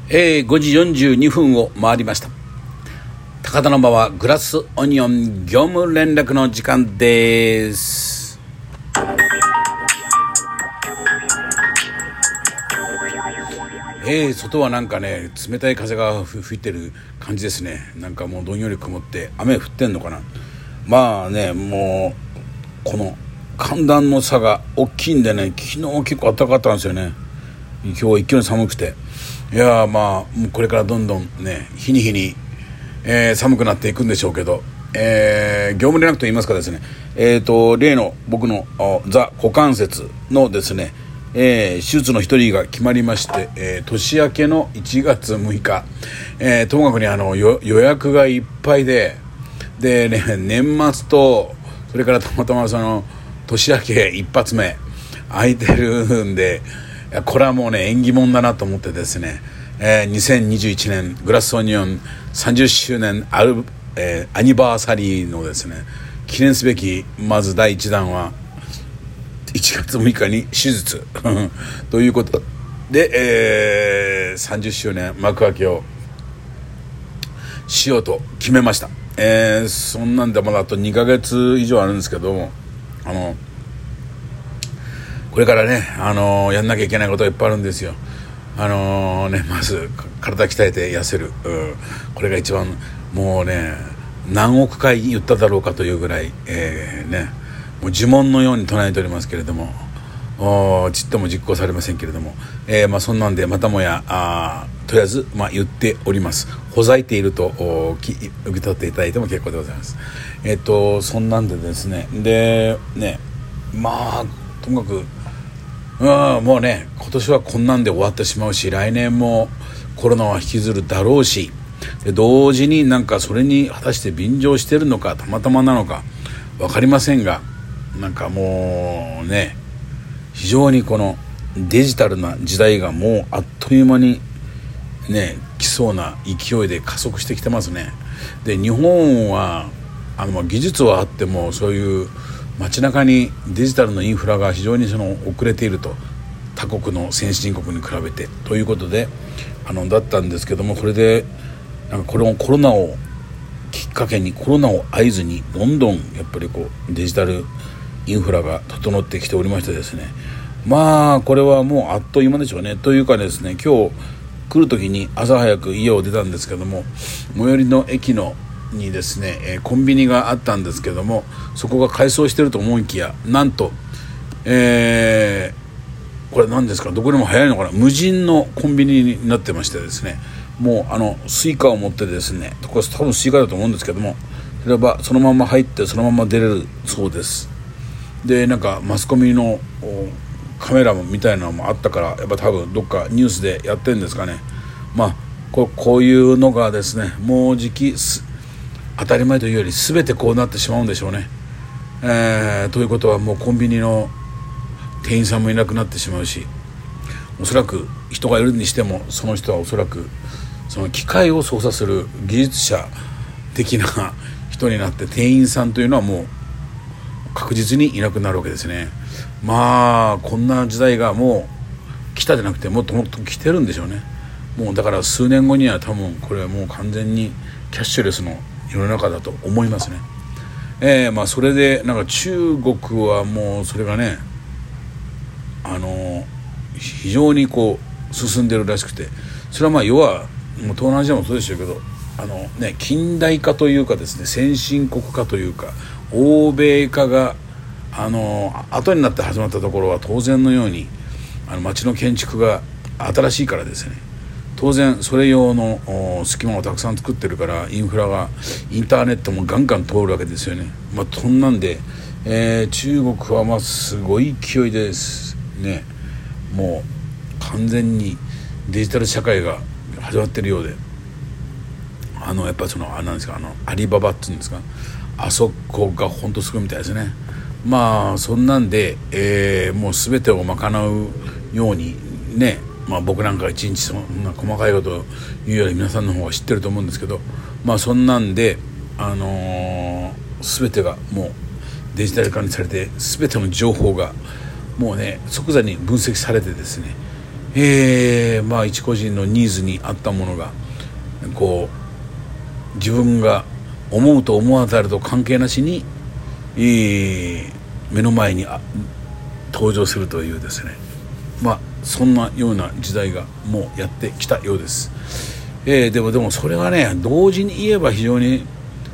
5時42分を回りました。高田馬場グラスオニオン業務連絡の時間です。外はなんかね、冷たい風が吹いてる感じですね。なんかもうどんより曇って雨降ってんのかな。まあね、もうこの寒暖の差が大きいんでね、昨日結構暖かかったんですよね。今日一気に寒くて、いやまあもうこれからどんどんね、日に日に、寒くなっていくんでしょうけど、業務連絡といいますかですね、例の僕のザ股関節のですね、手術の一人が決まりまして、年明けの1月6日、ともかくに予約がいっぱいでね、年末とそれからたまたまその年明け一発目空いてるんで、これはもうね縁起物だなと思ってですね、2021年グラスオニオン30周年アニバーサリーのですね、記念すべきまず第1弾は1月6日に手術ということで、30周年幕開けをしようと決めました。そんなんでまだあと2ヶ月以上あるんですけども、これからね、やんなきゃいけないことがいっぱいあるんですよ。まず体鍛えて痩せる、これが一番もうね、何億回言っただろうかというぐらい、もう呪文のように唱えておりますけれども、ちっとも実行されませんけれども、そんなんでまたもやとりあえず、言っております。ほざいていると受け取っていただいても結構でございます。そんなんでですね、でね、ともかくもうね、今年はこんなんで終わってしまうし、来年もコロナは引きずるだろうし、で同時になんかそれに果たして便乗してるのかたまたまなのか分かりませんが、なんかもうね、非常にこのデジタルな時代がもうあっという間にね来そうな勢いで加速してきてますね。で日本は技術はあっても、そういう街中にデジタルのインフラが非常に遅れていると、他国の先進国に比べてということでだったんですけども、これでなんかこれをコロナをきっかけに、コロナを合図にどんどんやっぱりデジタルインフラが整ってきておりましてですね、これはもうあっという間でしょうね。というかですね、今日来る時に朝早く家を出たんですけども、最寄りの駅にですね、コンビニがあったんですけども、そこが改装してると思いきや、なんと、これ何ですか、どこでも早いのかな、無人のコンビニになってましてですね、もうスイカを持ってですね、これ多分スイカだと思うんですけども、それはそのまま入ってそのまま出れるそうです。でなんかマスコミのカメラみたいなのもあったから、やっぱ多分どっかニュースでやってるんですかね。こういうのがですね、もうじき当たり前というより全てこうなってしまうんでしょうね。ということはもうコンビニの店員さんもいなくなってしまうし、おそらく人がいるにしても、その人はおそらくその機械を操作する技術者的な人になって、店員さんというのはもう確実にいなくなるわけですね。こんな時代がもう来たじゃなくて、もっともっと来てるんでしょうね。もうだから数年後には多分これはもう完全にキャッシュレスの世の中だと思いますね。それでなんか中国はもうそれがね、非常に進んでるらしくて、それは要はもう東南アジアもそうでしょうけど、近代化というかですね、先進国化というか欧米化が後になって始まったところは、当然のように街の建築が新しいからですね、当然それ用の隙間をたくさん作ってるから、インフラが、インターネットもガンガン通るわけですよね。そんなんで、中国はすごい勢いですね。もう完全にデジタル社会が始まってるようで、やっぱなんですか、アリババっていうんですか、あそこが本当すごいみたいですね。そんなんで、もう全てを賄うようにね、僕なんか一日そんな細かいことを言うより皆さんの方が知ってると思うんですけど、そんなんで、全てがもうデジタル化にされて、全ての情報がもうね即座に分析されてですね、 まあ一個人のニーズに合ったものがこう自分が思うと思わざると関係なしに、目の前に登場するというですね、まあそんなような時代がもうやってきたようです。でもそれはね、同時に言えば非常に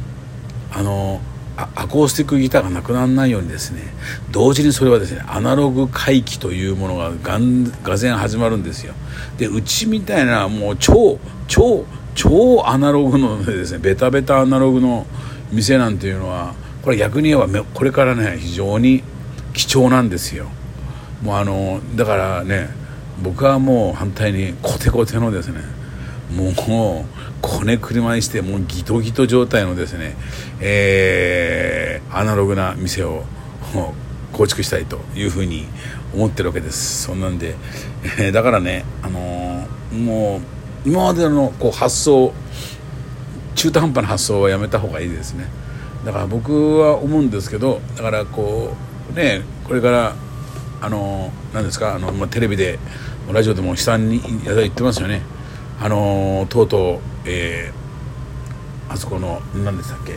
アコースティックギターがなくならないようにですね、同時にそれはですねアナログ回帰というものががぜん始まるんですよ。でうちみたいなもう超アナログのですね、ベタベタアナログの店なんていうのは、これ逆に言えばこれからね非常に貴重なんですよ。もうだからね、僕はもう反対にコテコテのですね、もうこねくり回してもうギトギト状態のですね、アナログな店を構築したいというふうに思ってるわけです。そんなんで、だからね、もう今までのこう発想、中途半端な発想はやめた方がいいですね。だから僕は思うんですけど、だからこうね、これから何ですか、テレビでラジオでも悲惨に言ってますよね。とうとう、あそこの何でしたっけ、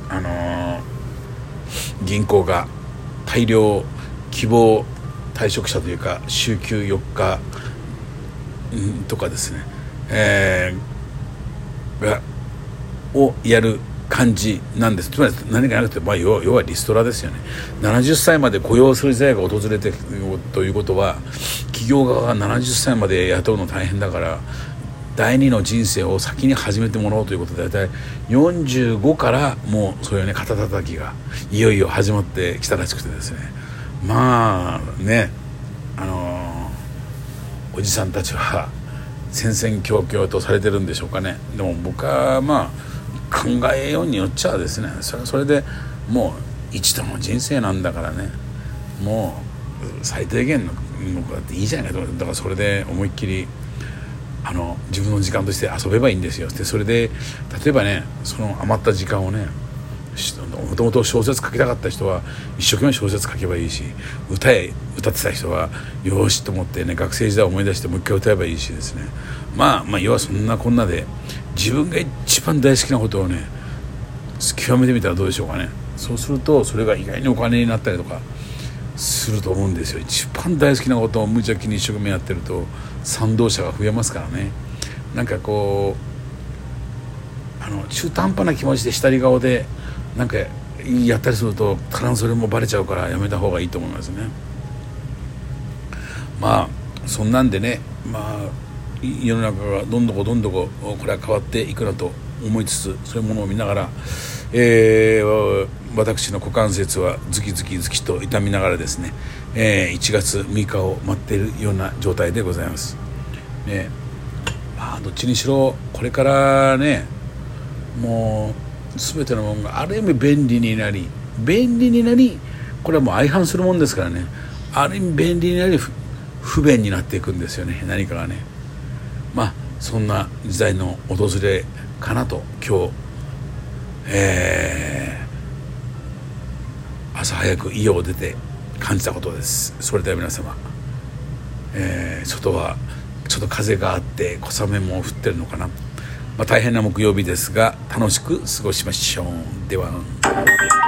銀行が大量希望退職者というか週休4日とかですね、をやる感じなんです。つまり何かなくて、要はリストラですよね。70歳まで雇用する時代が訪れてということは、企業側が70歳まで雇うの大変だから、第二の人生を先に始めてもらおうということで、だいたい45からもうそういうね肩叩きがいよいよ始まってきたらしくてですね、まあね、おじさんたちは戦々恐々とされてるんでしょうかね。でも僕はまあ考えようによっちゃですね、それでもう一度の人生なんだからね、もう最低限のだっていいじゃないかと。だからそれで思いっきり自分の時間として遊べばいいんですよ。でそれで例えばね、その余った時間をね、もともと小説書きたかった人は一生懸命小説書けばいいし、歌ってた人はよしと思ってね、学生時代を思い出してもう一回歌えばいいしですね、まあ要はそんなこんなで自分が一番大好きなことをね極めてみたらどうでしょうかね。そうするとそれが意外にお金になったりとかすると思うんですよ。一番大好きなことを無邪気に一生懸命やってると賛同者が増えますからね。なんかこう中途半端な気持ちで下り顔でなんかやったりすると必ずそれもバレちゃうからやめた方がいいと思いますね。まあそんなんでね、まあ世の中がどんどここれは変わっていくなと思いつつ、そういうものを見ながら、私の股関節はズキズキと痛みながらですね、1月6日を待っているような状態でございます、ね。まあどっちにしろこれからね、もう全てのものがある意味便利になりこれはもう相反するもんですからね、ある意味便利になり不便になっていくんですよね、何かがね。まあそんな時代の訪れかなと今日、朝早く家を出て感じたことです。それでは皆様、外はちょっと風があって小雨も降ってるのかな。大変な木曜日ですが楽しく過ごしましょう。では。